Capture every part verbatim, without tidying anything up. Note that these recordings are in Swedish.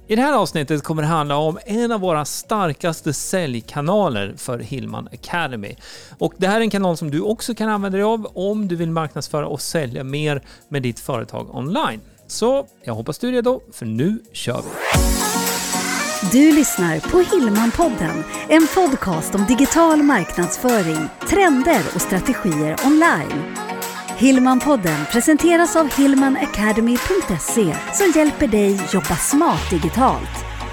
I det här avsnittet kommer det handla om en av våra starkaste säljkanaler för Hillman Academy. Och det här är en kanal som du också kan använda dig av om du vill marknadsföra och sälja mer med ditt företag online. Så jag hoppas du är redo, för nu kör vi! Du lyssnar på Hillman-podden, en podcast om digital marknadsföring, trender och strategier online. Hillman-podden presenteras av hillman academy punkt se som hjälper dig jobba smart digitalt.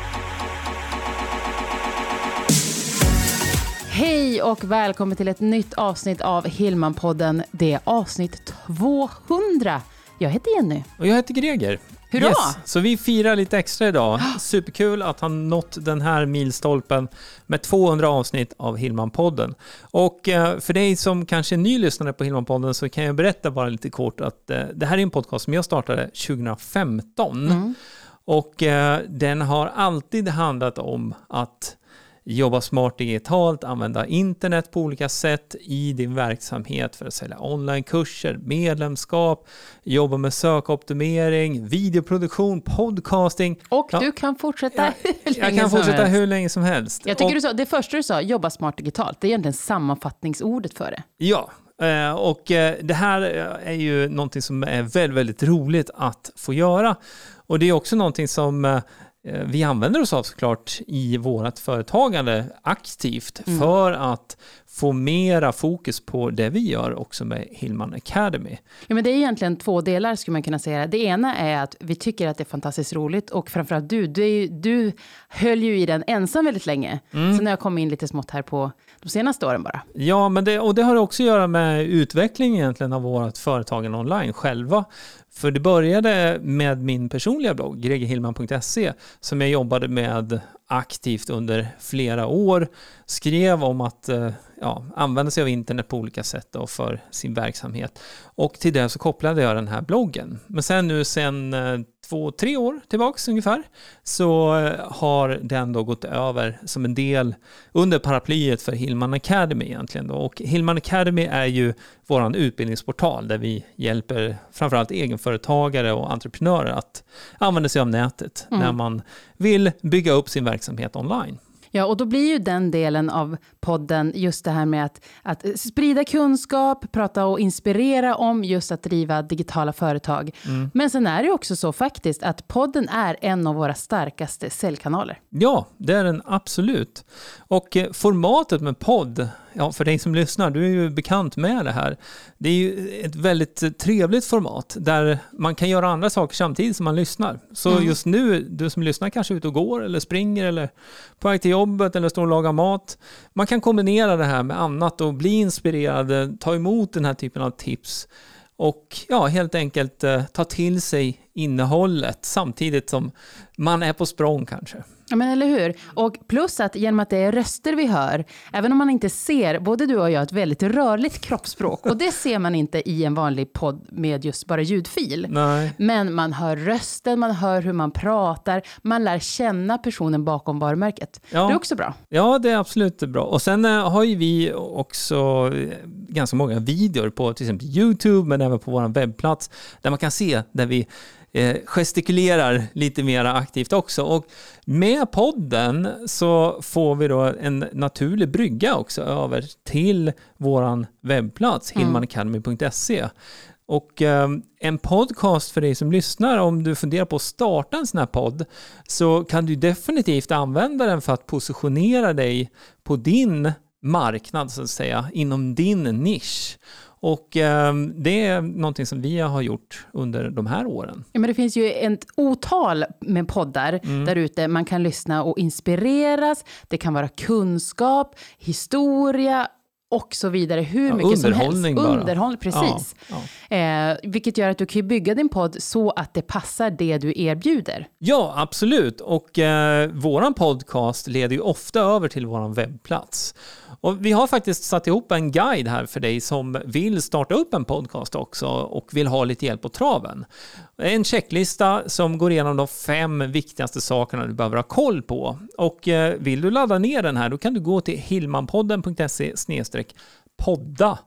Hej och välkommen till ett nytt avsnitt av Hillman-podden. Det är avsnitt tvåhundra. Jag heter Jenny. Och jag heter Greger. Hurra! Yes. Så vi firar lite extra idag. Superkul att ha nått den här milstolpen med tvåhundra avsnitt av Hillman-podden. Och för dig som kanske är ny lyssnare på Hillman-podden så kan jag berätta bara lite kort att det här är en podcast som jag startade tjugohundrafemton. Mm. Och den har alltid handlat om att jobba smart digitalt, använda internet på olika sätt i din verksamhet för att sälja onlinekurser, medlemskap, jobba med sökoptimering, videoproduktion, podcasting. Och ja. du kan fortsätta ja, hur länge Jag kan som fortsätta helst. hur länge som helst. Jag tycker och, du sa, det första du sa, jobba smart digitalt, det är egentligen sammanfattningsordet för det. Ja, och det här är ju någonting som är väldigt, väldigt roligt att få göra. Och det är också någonting som vi använder oss av såklart i vårt företagande aktivt mm. för att få mera fokus på det vi gör också med Hillman Academy. Ja, men det är egentligen två delar skulle man kunna säga. Det ena är att vi tycker att det är fantastiskt roligt och framförallt du, du, är ju, du höll ju i den ensam väldigt länge. Mm. Så när jag kom in lite smått här på de senaste åren bara. Ja, men det, och det har också att göra med utveckling egentligen av vårt företagande online själva. För det började med min personliga blogg, greger hillman punkt se, som jag jobbade med aktivt under flera år. Skrev om att ja, använda sig av internet på olika sätt då för sin verksamhet. Och till det så kopplade jag den här bloggen. Men sen nu sen två, tre år tillbaks ungefär så har den då gått över som en del under paraplyet för Hillman Academy egentligen då. Och Hillman Academy är ju våran utbildningsportal där vi hjälper framförallt egenföretagare och entreprenörer att använda sig av nätet mm. när man vill bygga upp sin verksamhet online. Ja, och då blir ju den delen av podden just det här med att, att sprida kunskap, prata och inspirera om just att driva digitala företag. Mm. Men sen är det också så faktiskt att podden är en av våra starkaste säljkanaler. Ja, det är den absolut. Och formatet med podd, ja, för dig som lyssnar, du är ju bekant med det här. Det är ju ett väldigt trevligt format där man kan göra andra saker samtidigt som man lyssnar. Så mm. just nu, du som lyssnar kanske ut och går eller springer eller på väg till jobbet eller står och lagar mat. Man kan kombinera det här med annat och bli inspirerad, ta emot den här typen av tips och ja, helt enkelt eh, ta till sig innehållet samtidigt som man är på språng kanske. Ja, men eller hur? Och plus att genom att det är röster vi hör, även om man inte ser, både du och jag, ett väldigt rörligt kroppsspråk. Och det ser man inte i en vanlig podd med just bara ljudfil. Nej. Men man hör rösten, man hör hur man pratar, man lär känna personen bakom varumärket. Ja. Det är också bra. Ja, det är absolut bra. Och sen äh, har ju vi också ganska många videor på till exempel YouTube, men även på vår webbplats, där man kan se där vi Eh, gestikulerar lite mer aktivt också. Och med podden så får vi då en naturlig brygga också över till våran webbplats mm. hillman academy punkt se. Och eh, en podcast för dig som lyssnar, om du funderar på att starta en sån här podd, så kan du definitivt använda den för att positionera dig på din marknad så att säga, inom din nisch. Och eh, det är någonting som vi har gjort under de här åren. Ja, men det finns ju ett otal med poddar mm. där ute. Man kan lyssna och inspireras. Det kan vara kunskap, historia och så vidare. Hur ja, mycket som helst. Bara. Underhållning, precis. Ja, ja. Eh, vilket gör att du kan bygga din podd så att det passar det du erbjuder. Ja, absolut. Och eh, våran podcast leder ju ofta över till våran webbplats. Och vi har faktiskt satt ihop en guide här för dig som vill starta upp en podcast också och vill ha lite hjälp på traven. En checklista som går igenom de fem viktigaste sakerna du behöver ha koll på. Och eh, vill du ladda ner den här, då kan du gå till hillmanpodden punkt se slash podda.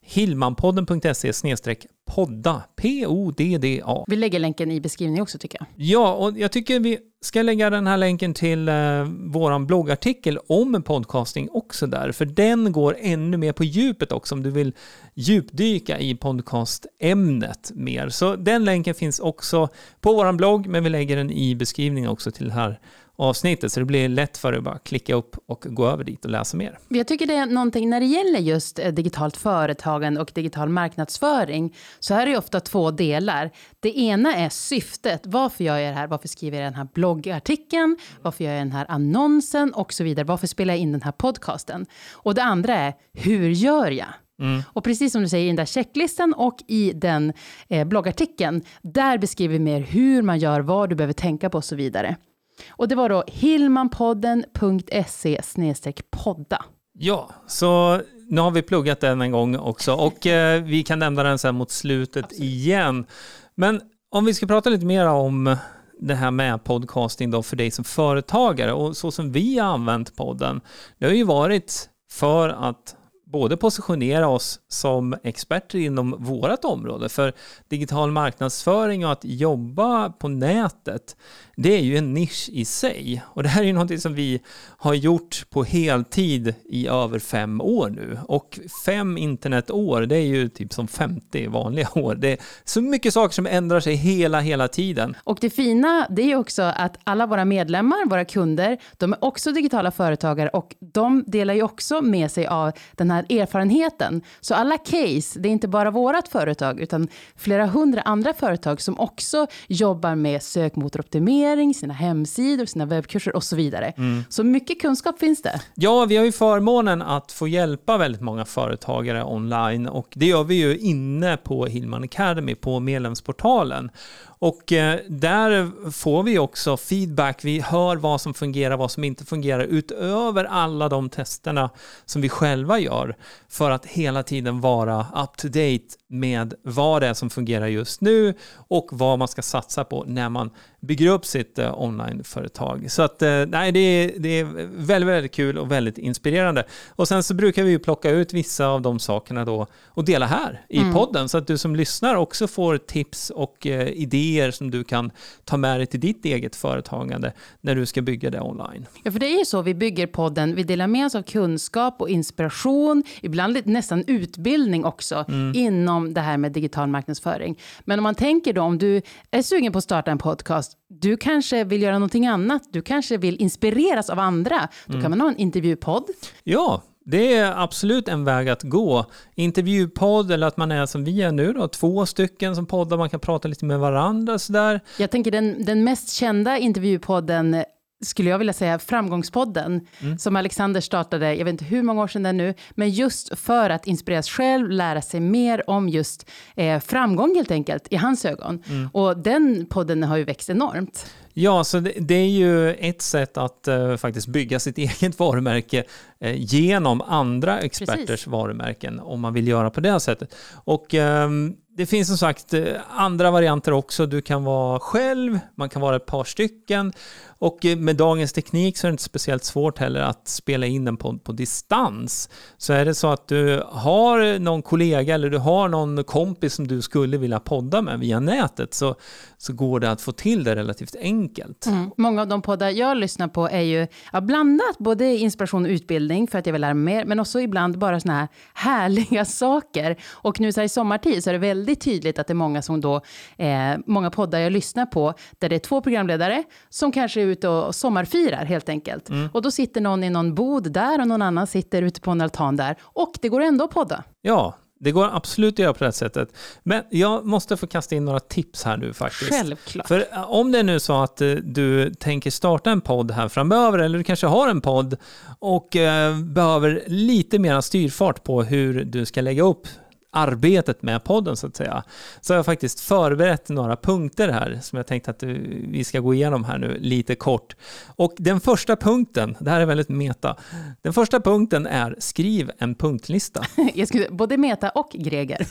hillmanpodden punkt se slash podda, P O D D A. Vi lägger länken i beskrivningen också tycker jag. Ja, och jag tycker vi ska lägga den här länken till eh, våran bloggartikel om podcasting också där, för den går ännu mer på djupet också om du vill djupdyka i podcastämnet mer. Så den länken finns också på våran blogg, men vi lägger den i beskrivningen också till det här avsnittet, så det blir lätt för dig att bara klicka upp och gå över dit och läsa mer. Jag tycker det är någonting när det gäller just digitalt företagande och digital marknadsföring, så här är det ofta två delar. Det ena är syftet, varför gör jag det här, varför skriver jag den här bloggartikeln, varför gör jag den här annonsen och så vidare, varför spelar jag in den här podcasten. Och det andra är, hur gör jag? Mm. Och precis som du säger i den där checklistan och i den eh, bloggartikeln, där beskriver vi mer hur man gör, vad du behöver tänka på och så vidare. Och det var då hillmanpodden punkt se slash podda. Ja, så nu har vi pluggat den en gång också och eh, vi kan nämna den sen mot slutet Absolut. igen. Men om vi ska prata lite mer om det här med podcasting då för dig som företagare och så som vi har använt podden. Det har ju varit för att både positionera oss som experter inom vårt område, för digital marknadsföring och att jobba på nätet, det är ju en nisch i sig. Och det här är ju något som vi har gjort på heltid i över fem år nu. Och fem internetår, det är ju typ som femtio vanliga år. Det är så mycket saker som ändrar sig hela, hela tiden. Och det fina, det är också att alla våra medlemmar, våra kunder, de är också digitala företagare och de delar ju också med sig av den här erfarenheten. Så alla case, det är inte bara vårat företag utan flera hundra andra företag som också jobbar med sökmotoroptimering, sina hemsidor, sina webbkurser och så vidare. Mm. Så mycket kunskap finns det. Ja, vi har ju förmånen att få hjälpa väldigt många företagare online och det gör vi ju inne på Hillman Academy på medlemsportalen. Och eh, där får vi också feedback. Vi hör vad som fungerar, vad som inte fungerar utöver alla de testerna som vi själva gör för att hela tiden vara up to date med vad det är som fungerar just nu och vad man ska satsa på när man bygger upp sitt eh, onlineföretag. Så att eh, nej, det är, det är väldigt, väldigt kul och väldigt inspirerande. Och sen så brukar vi ju plocka ut vissa av de sakerna då och dela här i mm. podden så att du som lyssnar också får tips och eh, idéer som du kan ta med dig till ditt eget företagande när du ska bygga det online. Ja, för det är ju så vi bygger podden. Vi delar med oss av kunskap och inspiration, ibland nästan utbildning också mm. inom det här med digital marknadsföring. Men om man tänker då, om du är sugen på att starta en podcast, du kanske vill göra någonting annat, du kanske vill inspireras av andra, då mm. kan man ha en intervjupodd. Ja, det är absolut en väg att gå. Intervjupodd eller att man är som vi är nu då, två stycken som poddar, man kan prata lite med varandra sådär. Jag tänker den, den mest kända intervjupodden skulle jag vilja säga Framgångspodden mm. som Alexander startade, jag vet inte hur många år sedan det är nu, men just för att inspireras själv, lära sig mer om just eh, framgång helt enkelt i hans ögon. Mm. Och den podden har ju växt enormt. Ja, så det, det är ju ett sätt att uh, faktiskt bygga sitt eget varumärke uh, genom andra experters Precis. varumärken om man vill göra på det sättet. Och um, det finns som sagt uh, andra varianter också. Du kan vara själv, man kan vara ett par stycken och uh, med dagens teknik så är det inte speciellt svårt heller att spela in den på, på distans. Så är det så att du har någon kollega eller du har någon kompis som du skulle vilja podda med via nätet så, så går det att få till det relativt enkelt. Mm. Många av de poddar jag lyssnar på är ju ja, blandat både inspiration och utbildning för att jag vill lära mig mer, men också ibland bara såna här härliga saker. Och nu så här i sommartid så är det väldigt tydligt att det är många som då, eh, många poddar jag lyssnar på där det är två programledare som kanske är ute och sommarfirar helt enkelt. Mm. Och då sitter någon i någon bod där och någon annan sitter ute på en altan där och det går ändå att podda. Ja, det går absolut att göra på det sättet. Men jag måste få kasta in några tips här nu faktiskt. Självklart. För om det är nu så att du tänker starta en podd här framöver eller du kanske har en podd och eh, behöver lite mer styrfart på hur du ska lägga upp arbetet med podden så att säga, så har jag faktiskt förberett några punkter här som jag tänkte att vi ska gå igenom här nu lite kort. Och den första punkten, det här är väldigt meta, den första punkten är skriv en punktlista. Jag skulle, både meta och Greger.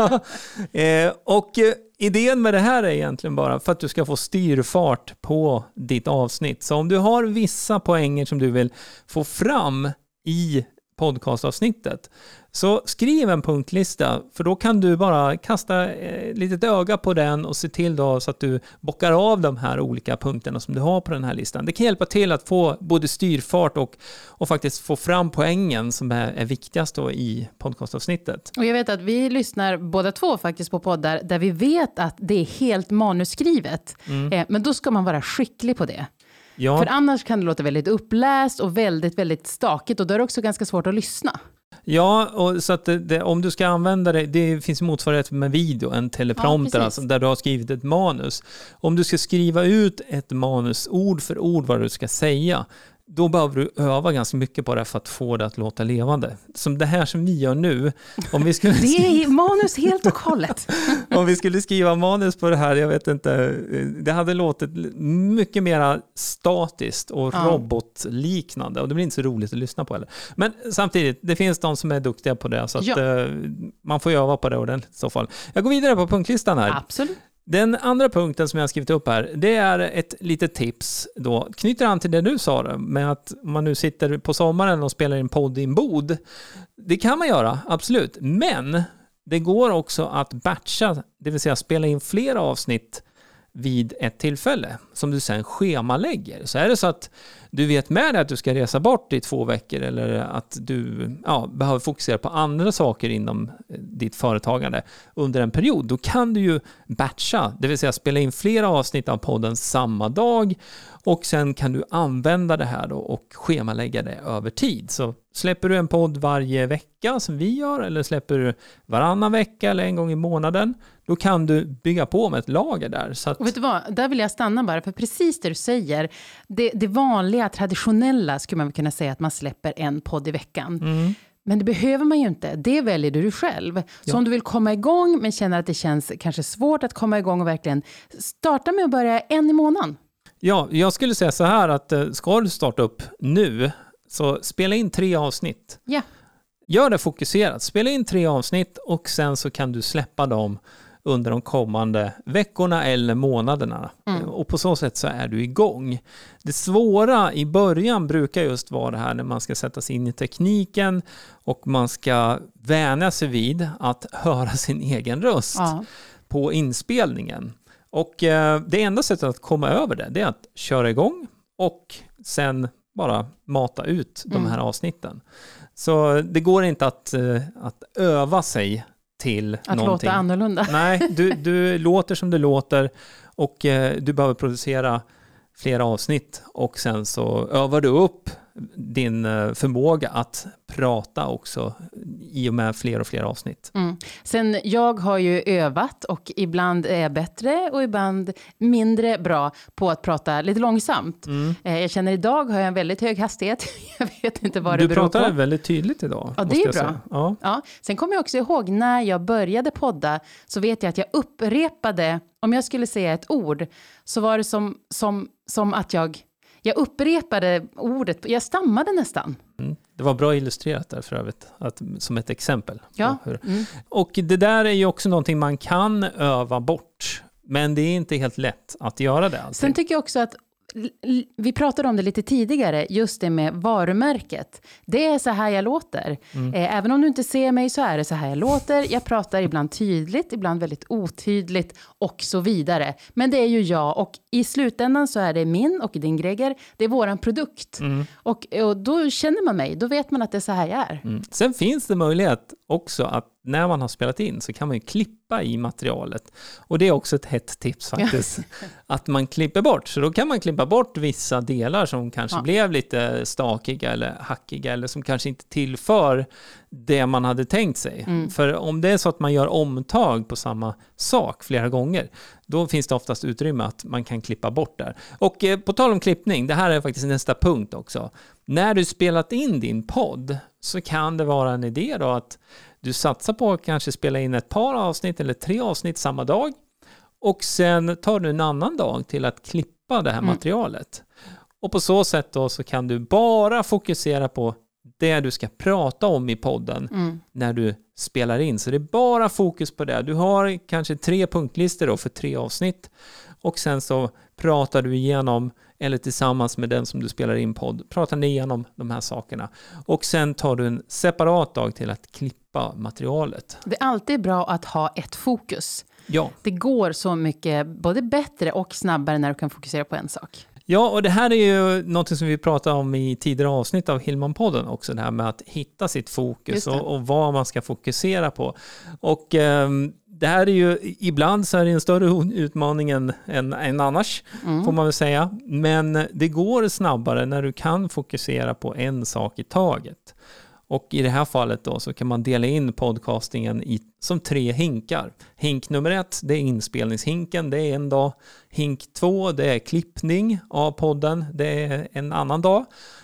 eh, och eh, idén med det här är egentligen bara för att du ska få styrfart på ditt avsnitt. Så om du har vissa poänger som du vill få fram i podcastavsnittet. Så skriv en punktlista, för då kan du bara kasta ett litet öga på den och se till då så att du bockar av de här olika punkterna som du har på den här listan. Det kan hjälpa till att få både styrfart och, och faktiskt få fram poängen som är, är viktigast då i podcastavsnittet. Och jag vet att vi lyssnar båda två faktiskt på poddar där vi vet att det är helt manusskrivet. Mm. Eh, men då ska man vara skicklig på det. Ja. För annars kan det låta väldigt uppläst och väldigt, väldigt stakigt, och då är det också ganska svårt att lyssna. Ja, och så att det, det, om du ska använda det, det finns motsvarighet med video, en teleprompter, ja, alltså, där du har skrivit ett manus. Om du ska skriva ut ett manus ord för ord vad du ska säga, då behöver du öva ganska mycket på det för att få det att låta levande. Som det här som vi gör nu. Om vi skulle det är manus helt och hållet. Om vi skulle skriva manus på det här, jag vet inte, det hade låtit mycket mer statiskt och ja. robotliknande. Och det blir inte så roligt att lyssna på heller. Men samtidigt, det finns de som är duktiga på det. Så att ja. eh, man får öva på det ordentligt i så fall. Jag går vidare på punktlistan här. Absolut. Den andra punkten som jag har skrivit upp här, det är ett litet tips då. Knyter an till det du sa med att man nu sitter på sommaren och spelar in podd i en bod. Det kan man göra, absolut. Men det går också att batcha, det vill säga spela in flera avsnitt vid ett tillfälle som du sen schemalägger. Så är det så att du vet med dig att du ska resa bort i två veckor eller att du ja, behöver fokusera på andra saker inom ditt företagande under en period, då kan du ju batcha, det vill säga spela in flera avsnitt av podden samma dag, och sen kan du använda det här då och schemalägga det över tid. Så släpper du en podd varje vecka som vi gör, eller släpper du varannan vecka eller en gång i månaden, då kan du bygga på med ett lager där. Så att... Och vet du vad, där vill jag stanna bara, för precis det du säger, det, det vanliga, traditionella skulle man kunna säga att man släpper en podd i veckan. Mm. Men det behöver man ju inte. Det väljer du själv. Så ja. om du vill komma igång men känner att det känns kanske svårt att komma igång och verkligen starta med att börja en i månaden. Ja, jag skulle säga så här att ska du starta upp nu, så spela in tre avsnitt. Ja. Gör det fokuserat. Spela in tre avsnitt och sen så kan du släppa dem under de kommande veckorna eller månaderna. Mm. Och på så sätt så är du igång. Det svåra i början brukar just vara det här när man ska sätta sig in i tekniken och man ska vänja sig vid att höra sin egen röst ja. på inspelningen. Och eh, det enda sättet att komma över det, det är att köra igång och sen bara mata ut de här mm. avsnitten. Så det går inte att, eh, att öva sig till att någonting. Låta annorlunda. Nej, du, du låter som du låter och eh, du behöver producera flera avsnitt och sen så övar du upp din förmåga att prata också i och med fler och fler avsnitt. Mm. Sen jag har ju övat och ibland är jag bättre och ibland mindre bra på att prata lite långsamt. Mm. Jag känner idag har jag en väldigt hög hastighet. Jag vet inte vad det du beror på. Du pratar väldigt tydligt idag. Ja, det är bra. Ja. Ja. Sen kommer jag också ihåg när jag började podda, så vet jag att jag upprepade, om jag skulle säga ett ord så var det som, som, som att jag Jag upprepade ordet, jag stammade nästan. Mm. Det var bra illustrerat där för övrigt, att, som ett exempel. Ja. Mm. Och det där är ju också någonting man kan öva bort, men det är inte helt lätt att göra det alltid. Sen tycker jag också att vi pratade om det lite tidigare, just det med varumärket. Det är så här jag låter. Mm. Även om du inte ser mig så är det så här jag låter. Jag pratar ibland tydligt, ibland väldigt otydligt och så vidare. Men det är ju jag, och i slutändan så är det min och din Greger. Det är våran produkt. Mm. Och, och då känner man mig, då vet man att det är så här jag är. Mm. Sen finns det möjlighet också att när man har spelat in så kan man ju klippa i materialet. Och det är också ett hett tips faktiskt. Att man klipper bort. Så då kan man klippa bort vissa delar som kanske ja. blev lite stakiga eller hackiga eller som kanske inte tillför det man hade tänkt sig. Mm. För om det är så att man gör omtag på samma sak flera gånger, då finns det oftast utrymme att man kan klippa bort där. Och eh, på tal om klippning, det här är faktiskt nästa punkt också. När du spelat in din podd så kan det vara en idé då att du satsar på att kanske spela in ett par avsnitt eller tre avsnitt samma dag, och sen tar du en annan dag till att klippa det här mm. materialet. Och på så sätt då så kan du bara fokusera på det du ska prata om i podden mm. när du spelar in. Så det är bara fokus på det. Du har kanske tre punktlistor då för tre avsnitt, och sen så pratar du igenom eller tillsammans med den som du spelar in podd. Pratar ni igenom de här sakerna. Och sen tar du en separat dag till att klippa materialet. Det är alltid bra att ha ett fokus. Ja. Det går så mycket både bättre och snabbare när du kan fokusera på en sak. Ja, och det här är ju något som vi pratade om i tidigare avsnitt av Hillman-podden också, det här med att hitta sitt fokus och, och vad man ska fokusera på. Och eh, det här är ju, ibland så är det en större utmaning än, än, än annars, mm. får man väl säga. Men det går snabbare när du kan fokusera på en sak i taget. Och i det här fallet då så kan man dela in podcastingen i, som tre hinkar. Hink nummer ett, det är inspelningshinken, det är en dag. Hink två, det är klippning av podden, det är en annan dag.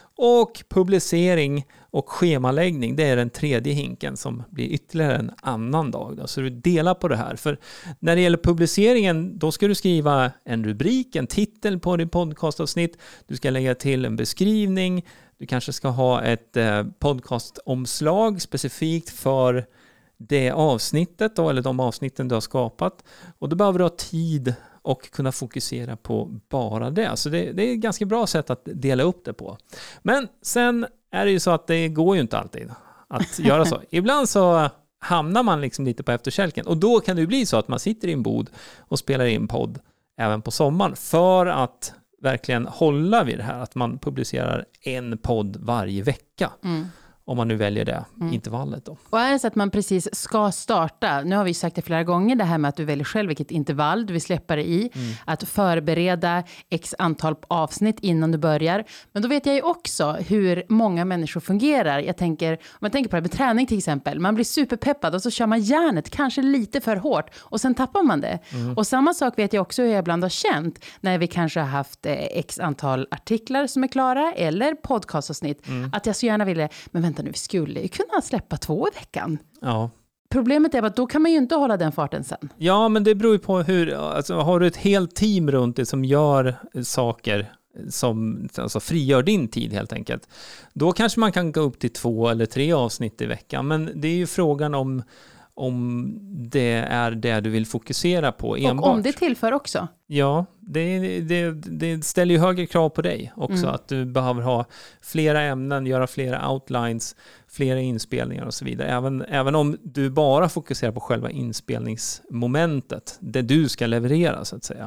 Och publicering och schemaläggning, det är den tredje hinken som blir ytterligare en annan dag. Då. Så du delar på det här. För när det gäller publiceringen, då ska du skriva en rubrik, en titel på din podcastavsnitt. Du ska lägga till en beskrivning. Du kanske ska ha ett eh, podcastomslag specifikt för det avsnittet då, eller de avsnitten du har skapat. Och då behöver du ha tid och kunna fokusera på bara det. Så det, det är ett ganska bra sätt att dela upp det på. Men sen är det ju så att det går ju inte alltid att göra så. Ibland så hamnar man liksom lite på efterkälken. Och då kan det ju bli så att man sitter i en bod och spelar in podd även på sommaren för att verkligen hålla vid det här att man publicerar en podd varje vecka. Mm. Om man nu väljer det mm. intervallet då. Och är det så att man precis ska starta, nu har vi sagt det flera gånger, det här med att du väljer själv vilket intervall du vill släppa det i, mm. att förbereda x antal avsnitt innan du börjar. Men då vet jag ju också hur många människor fungerar. Jag tänker, om jag tänker på det med träning till exempel, man blir superpeppad och så kör man järnet kanske lite för hårt och sen tappar man det. Mm. Och samma sak vet jag också hur jag ibland har känt när vi kanske har haft eh, x antal artiklar som är klara eller podcastavsnitt, mm. att jag så gärna ville, men vänta nu, vi skulle ju kunna släppa två i veckan. Ja. Problemet är att då kan man ju inte hålla den farten sen. Ja, men det beror ju på hur, alltså, har du ett helt team runt dig som gör saker som alltså, frigör din tid helt enkelt. Då kanske man kan gå upp till två eller tre avsnitt i veckan. Men det är ju frågan om om det är det du vill fokusera på enbart. Och om det tillför också. Ja, det, det, det ställer ju högre krav på dig också. Mm. Att du behöver ha flera ämnen, göra flera outlines, flera inspelningar och så vidare. Även, även om du bara fokuserar på själva inspelningsmomentet, det du ska leverera så att säga.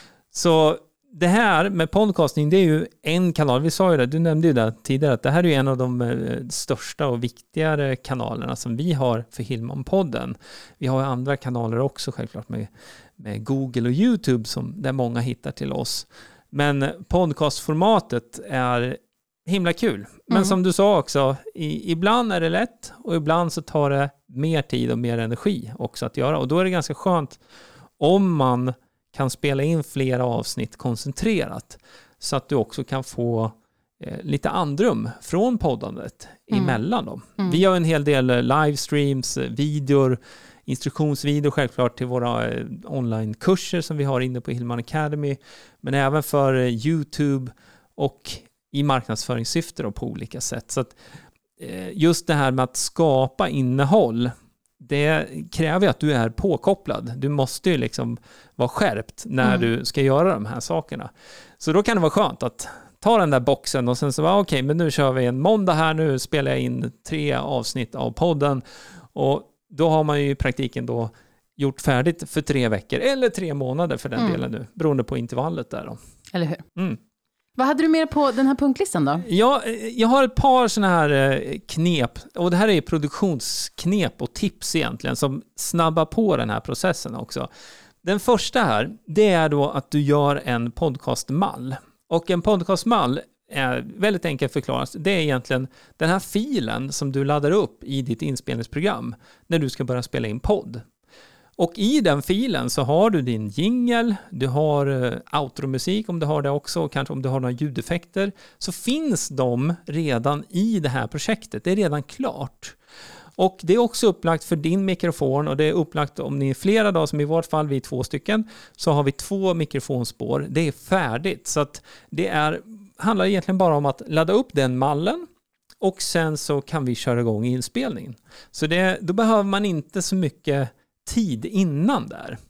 Så det här med podcasting, det är ju en kanal. Vi sa ju det, du nämnde ju det tidigare, att det här är ju en av de största och viktigare kanalerna som vi har för Hillman-podden. Vi har ju andra kanaler också självklart med, med Google och YouTube som, där många hittar till oss. Men podcastformatet är himla kul. Men mm. som du sa också, i, ibland är det lätt och ibland så tar det mer tid och mer energi också att göra. Och då är det ganska skönt om man kan spela in flera avsnitt koncentrerat så att du också kan få eh, lite andrum från poddandet mm. emellan dem. Mm. Vi har en hel del livestreams, videor, instruktionsvideo självklart till våra eh, onlinekurser som vi har inne på Hillman Academy, men även för eh, YouTube och i marknadsföringssyfte då, på olika sätt. Så att eh, just det här med att skapa innehåll, det kräver att du är påkopplad. Du måste ju liksom vara skärpt när mm. du ska göra de här sakerna. Så då kan det vara skönt att ta den där boxen och sen så var okej, okay, men nu kör vi en måndag här, nu spelar jag in tre avsnitt av podden och då har man ju i praktiken då gjort färdigt för tre veckor eller tre månader för den mm. delen nu, beroende på intervallet där då. Eller hur? Mm. Vad hade du mer på den här punktlistan då? Ja, jag har ett par såna här knep, och det här är produktionsknep och tips egentligen som snabbar på den här processen också. Den första här, det är då att du gör en podcastmall. Och en podcastmall är väldigt enkelt förklarat. Det är egentligen den här filen som du laddar upp i ditt inspelningsprogram när du ska börja spela in podd. Och i den filen så har du din jingle, du har uh, outromusik om du har det också, och kanske om du har några ljudeffekter, så finns de redan i det här projektet. Det är redan klart. Och det är också upplagt för din mikrofon, och det är upplagt om ni är flera då, som i vårt fall vi är två stycken, så har vi två mikrofonspår. Det är färdigt, så att det är, handlar egentligen bara om att ladda upp den mallen. Och sen så kan vi köra igång inspelningen. Så det, då behöver man inte så mycket tid innan där.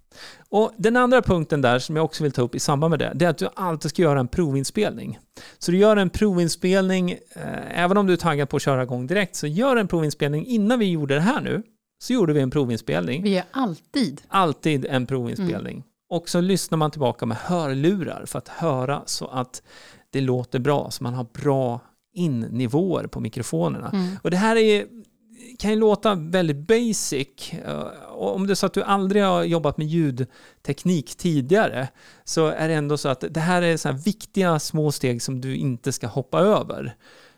Och den andra punkten där som jag också vill ta upp i samband med det, det är att du alltid ska göra en provinspelning. Så du gör en provinspelning, eh, även om du är taggad på att köra igång direkt, så gör en provinspelning. Innan vi gjorde det här nu, så gjorde vi en provinspelning. Vi gör alltid. Alltid en provinspelning. Mm. Och så lyssnar man tillbaka med hörlurar för att höra så att det låter bra, så man har bra in-nivåer på mikrofonerna. Mm. Och det här är, kan ju låta väldigt basic. Om det är så att du aldrig har jobbat med ljudteknik tidigare, så är det ändå så att det här är så här viktiga små steg som du inte ska hoppa över.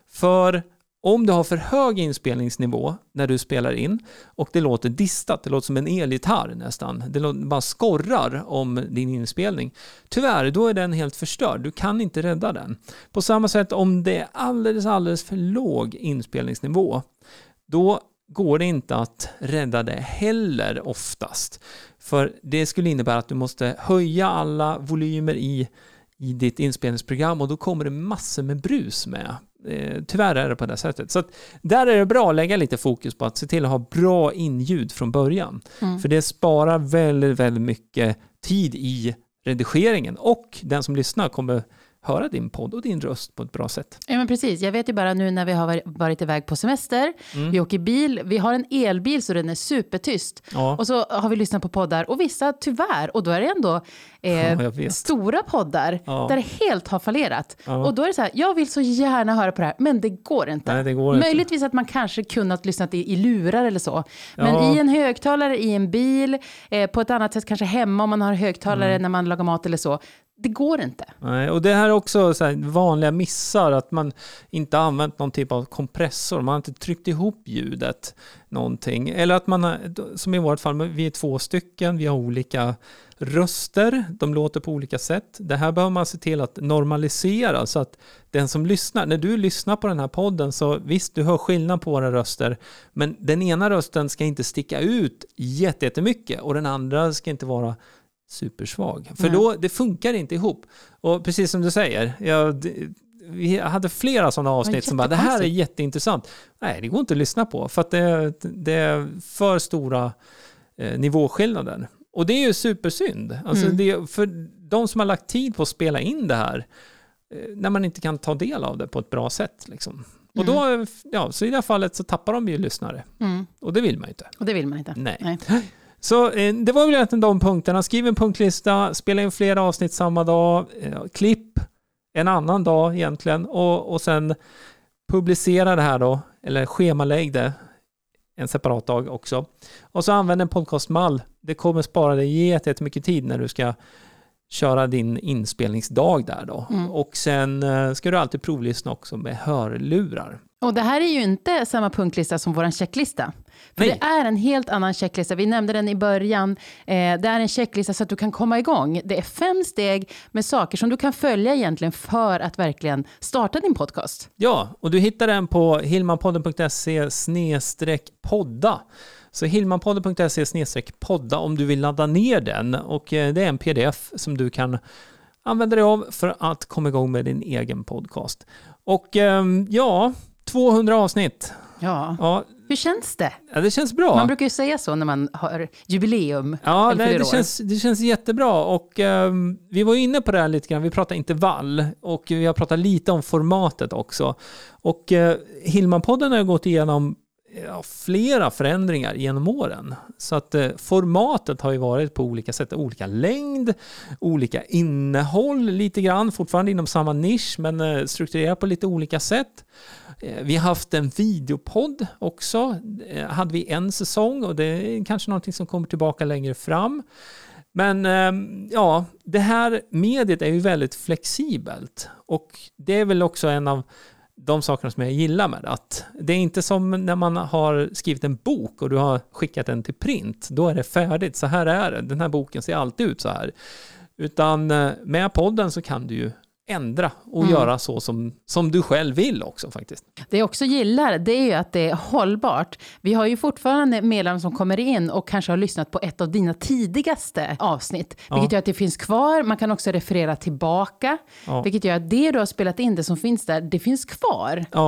För om du har för hög inspelningsnivå när du spelar in och det låter distat, det låter som en elgitarr nästan, det låter, bara skorrar om din inspelning. Tyvärr, då är den helt förstörd. Du kan inte rädda den. På samma sätt om det är alldeles, alldeles för låg inspelningsnivå, då går det inte att rädda det heller oftast. För det skulle innebära att du måste höja alla volymer i, i ditt inspelningsprogram och då kommer det massor med brus med. Eh, tyvärr är det på det sättet. Så att där är det bra att lägga lite fokus på att se till att ha bra inljud från början. Mm. För det sparar väldigt, väldigt mycket tid i redigeringen och den som lyssnar kommer höra din podd och din röst på ett bra sätt. Ja, men precis. Jag vet ju bara nu när vi har varit iväg på semester, mm. vi åker bil, vi har en elbil så den är supertyst. Ja. Och så har vi lyssnat på poddar och vissa tyvärr, och då är det ändå eh, ja, stora poddar ja. där det helt har fallerat. Ja. Och då är det så här, jag vill så gärna höra på det här, men det går inte. Nej, det går Möjligtvis inte. Att man kanske kunnat lyssna i, i lurar eller så. Men ja. i en högtalare, i en bil, eh, på ett annat sätt kanske hemma om man har högtalare mm. när man lagar mat eller så. Det går inte. Nej, och det här är också så här vanliga missar, att man inte har använt någon typ av kompressor. Man har inte tryckt ihop ljudet någonting. Eller att man har, som i vårt fall, vi är två stycken, vi har olika röster, de låter på olika sätt. Det här behöver man se till att normalisera så att den som lyssnar, när du lyssnar på den här podden så visst, du hör skillnad på våra röster, men den ena rösten ska inte sticka ut jättemycket och den andra ska inte vara supersvag. För då, det funkar inte ihop. Och precis som du säger, jag, vi hade flera sådana avsnitt som bara, det här är jätteintressant. Nej, det går inte att lyssna på för att det, det är för stora eh, nivåskillnader. Och det är ju supersynd. Alltså mm. det, för de som har lagt tid på att spela in det här, eh, när man inte kan ta del av det på ett bra sätt. Liksom. Och då, mm. ja, så i det här fallet så tappar de ju lyssnare. Mm. Och det vill man inte. Och det vill man inte. Nej. Nej. Så eh, det var väl egentligen de punkterna. Skriv en punktlista, spela in flera avsnitt samma dag, eh, klipp en annan dag egentligen och, och sen publicera det här då, eller schemalägg det en separat dag också. Och så använd en podcastmall. Det kommer spara dig jättemycket tid när du ska köra din inspelningsdag där då. Mm. Och sen eh, ska du alltid provlyssna också med hörlurar. Och det här är ju inte samma punktlista som vår checklista. För Nej. det är en helt annan checklista. Vi nämnde den i början. Eh, det är en checklista så att du kan komma igång. Det är fem steg med saker som du kan följa egentligen för att verkligen starta din podcast. Ja, och du hittar den på hillmanpodden punkt se snedstreck podda. Så hillmanpodden punkt se snedstreck podda om du vill ladda ner den. Och eh, det är en pdf som du kan använda dig av för att komma igång med din egen podcast. Och eh, ja... tvåhundra avsnitt. Ja. ja. Hur känns det? Ja, det känns bra. Man brukar ju säga så när man har jubileum. Ja, nej, det, känns, det känns jättebra. Och um, vi var inne på det här lite grann. Vi pratade intervall och vi har pratat lite om formatet också. Och uh, Hillmanpodden har gått igenom ja, flera förändringar genom åren. Så att uh, formatet har ju varit på olika sätt. Olika längd, olika innehåll lite grann. Fortfarande inom samma nisch men uh, strukturerat på lite olika sätt. Vi har haft en videopodd också. Hade vi en säsong och det är kanske någonting som kommer tillbaka längre fram. Men ja, det här mediet är ju väldigt flexibelt och det är väl också en av de sakerna som jag gillar med att det är inte som när man har skrivit en bok och du har skickat den till print. Då är det färdigt. Så här är det. Den här boken ser alltid ut så här. Utan med podden så kan du ju ändra och mm. göra så som, som du själv vill också faktiskt. Det jag också gillar det är ju att det är hållbart. Vi har ju fortfarande medlemmar som kommer in och kanske har lyssnat på ett av dina tidigaste avsnitt. Ja. Vilket gör att det finns kvar. Man kan också referera tillbaka. Ja. Vilket gör att det du har spelat in, det som finns där, det finns kvar. Ja.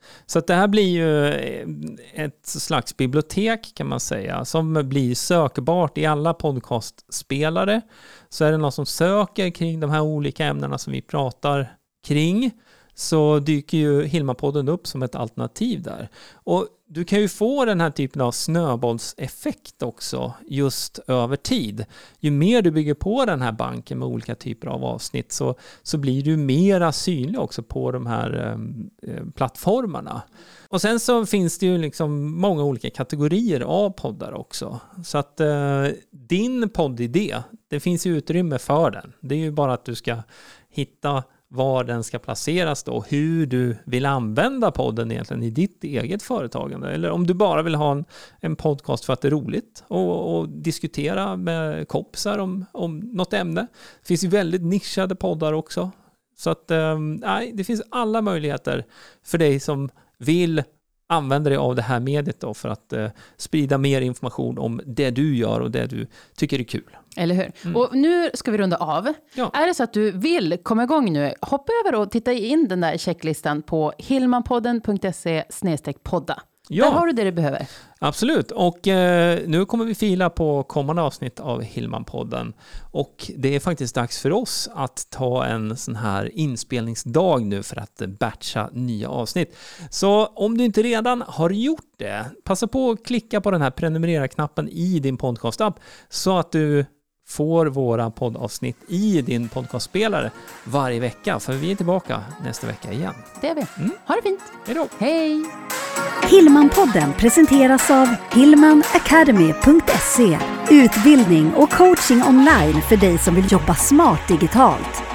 Så att det här blir ju ett slags bibliotek kan man säga, som blir sökbart i alla podcastspelare. Så är det någon som söker kring de här olika ämnena som vi pratar kring, så dyker ju Hilma-podden upp som ett alternativ där. Och du kan ju få den här typen av snöbollseffekt också just över tid. Ju mer du bygger på den här banken med olika typer av avsnitt så, så blir du mera synlig också på de här eh, plattformarna. Och sen så finns det ju liksom många olika kategorier av poddar också. Så att eh, din poddidé, det finns ju utrymme för den. Det är ju bara att du ska hitta var den ska placeras då, hur du vill använda podden egentligen i ditt eget företagande. Eller om du bara vill ha en, en podcast för att det är roligt och, och diskutera med kompisar om, om något ämne. Det finns ju väldigt nischade poddar också. Så att nej, det finns alla möjligheter för dig som vill använda dig av det här mediet då för att eh, sprida mer information om det du gör och det du tycker är kul. Eller hur? Mm. Och nu ska vi runda av. Ja. Är det så att du vill komma igång nu, hoppa över och titta in den där checklistan på hilmanpodden punkt se slash podda. Ja. Där har du det du behöver. Absolut. Och eh, nu kommer vi fila på kommande avsnitt av Hilman-podden. Och det är faktiskt dags för oss att ta en sån här inspelningsdag nu för att batcha nya avsnitt. Så om du inte redan har gjort det, passa på att klicka på den här prenumerera-knappen i din podcast-app så att du får våra poddavsnitt i din podcastspelare varje vecka. För vi är tillbaka nästa vecka igen. Det är vi. Mm. Ha det fint. Hej då. Hej. Hilman-podden presenteras av hilman academy punkt se. Utbildning och coaching online för dig som vill jobba smart digitalt.